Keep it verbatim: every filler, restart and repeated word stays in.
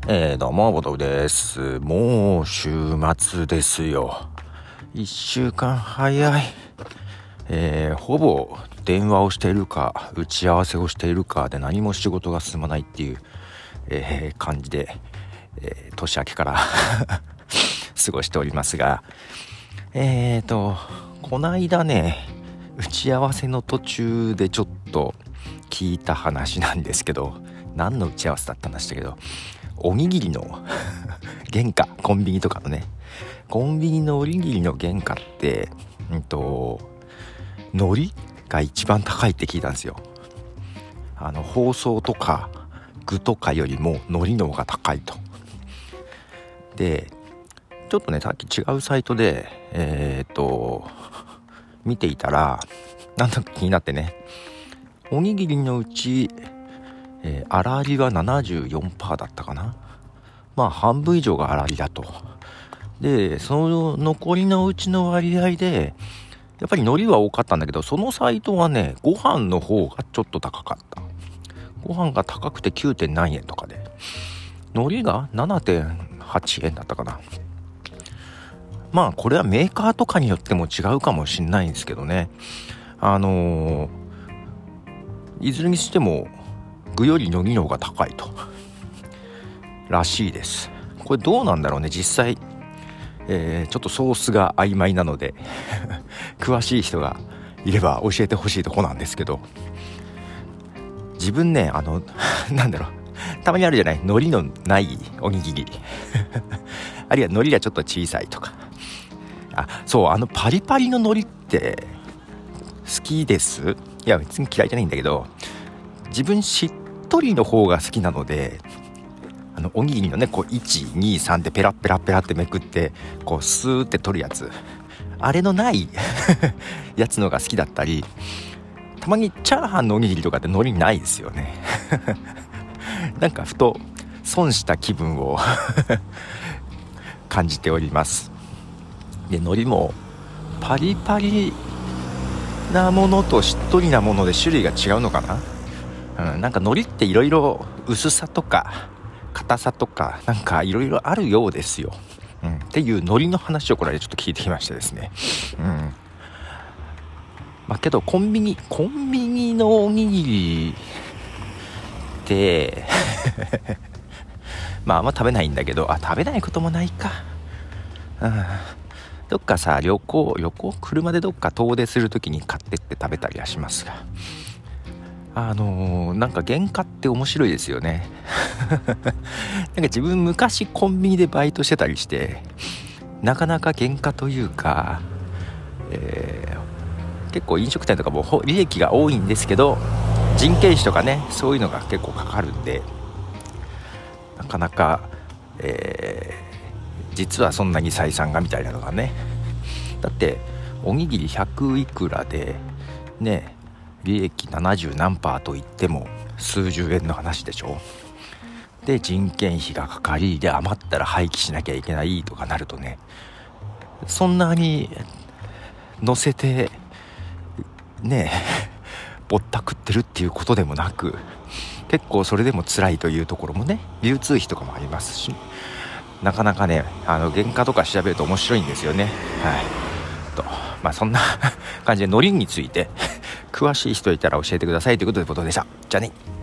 えー、どうもボトルです。もう週末ですよ。一週間早い。えー、ほぼ電話をしているか打ち合わせをしているかで何も仕事が進まないっていう、えー、感じで、えー、年明けから過ごしておりますが、えーとこないだね、打ち合わせの途中でちょっと聞いた話なんですけど、何の打ち合わせだったんでしたけど、おにぎりの原価、コンビニとかのね、コンビニのおにぎりの原価って、うんと海苔が一番高いって聞いたんですよ。あの包装とか具とかよりも海苔の方が高いと。でちょっとね、さっき違うサイトでえー、っと見ていたら、なんとか気になってね、おにぎりのうちえー、粗利は ななじゅうよんパーセント だったかな。まあ半分以上が粗利だと。でその残りのうちの割合でやっぱり海苔は多かったんだけど、そのサイトはね、ご飯の方がちょっと高かった。ご飯が高くて きゅう. 点何円とかで、海苔が ななてんはちえんだったかな。まあこれはメーカーとかによっても違うかもしれないんですけどね、あのー、いずれにしても具より海苔の方が高いとらしいです。これどうなんだろうね、実際、えー、ちょっとソースが曖昧なので詳しい人がいれば教えてほしいとこなんですけど、自分ね、あのなんだろう、たまにあるじゃない、海苔のないおにぎりあるいは海苔がちょっと小さいとか。あ、そう、あのパリパリの海苔って好きです。いや別に嫌いじゃないんだけど、自分しっとりの方が好きなので、あのおにぎりのね、こういち、に、さんでペラペラペラってめくってこうスーって取るやつ、あれのないやつのが好きだったり、たまにチャーハンのおにぎりとかって海苔ないですよねなんかふと損した気分を感じております。で海苔もパリパリなものとしっとりなもので種類が違うのかな。うん、なんか海苔っていろいろ薄さとか硬さとかなんかいろいろあるようですよ、うん、っていう海苔の話をこれでちょっと聞いてきましてですね、うん、まあけどコンビニコンビニのおにぎりってまああんま食べないんだけど、あ、食べないこともないか、うん、どっかさ、旅行旅行車でどっか遠出するときに買ってって食べたりはしますが、あのー、なんか原価って面白いですよねなんか自分昔コンビニでバイトしてたりして、なかなか原価というか、えー、結構飲食店とかも利益が多いんですけど、人件費とかね、そういうのが結構かかるんで、なかなか、えー、実はそんなに採算がみたいなのがね。だっておにぎりひゃくいくらでね、利益ななじゅう何パーといっても数十円の話でしょ。で人件費がかかり、で余ったら廃棄しなきゃいけないとかなるとね、そんなに乗せてねぼったくってるっていうことでもなく、結構それでも辛いというところもね、流通費とかもありますし、なかなかね、あの原価とか調べると面白いんですよね。はいと、まあそんな感じで海苔について詳しい人いたら教えてくださいということでことでした。じゃあね。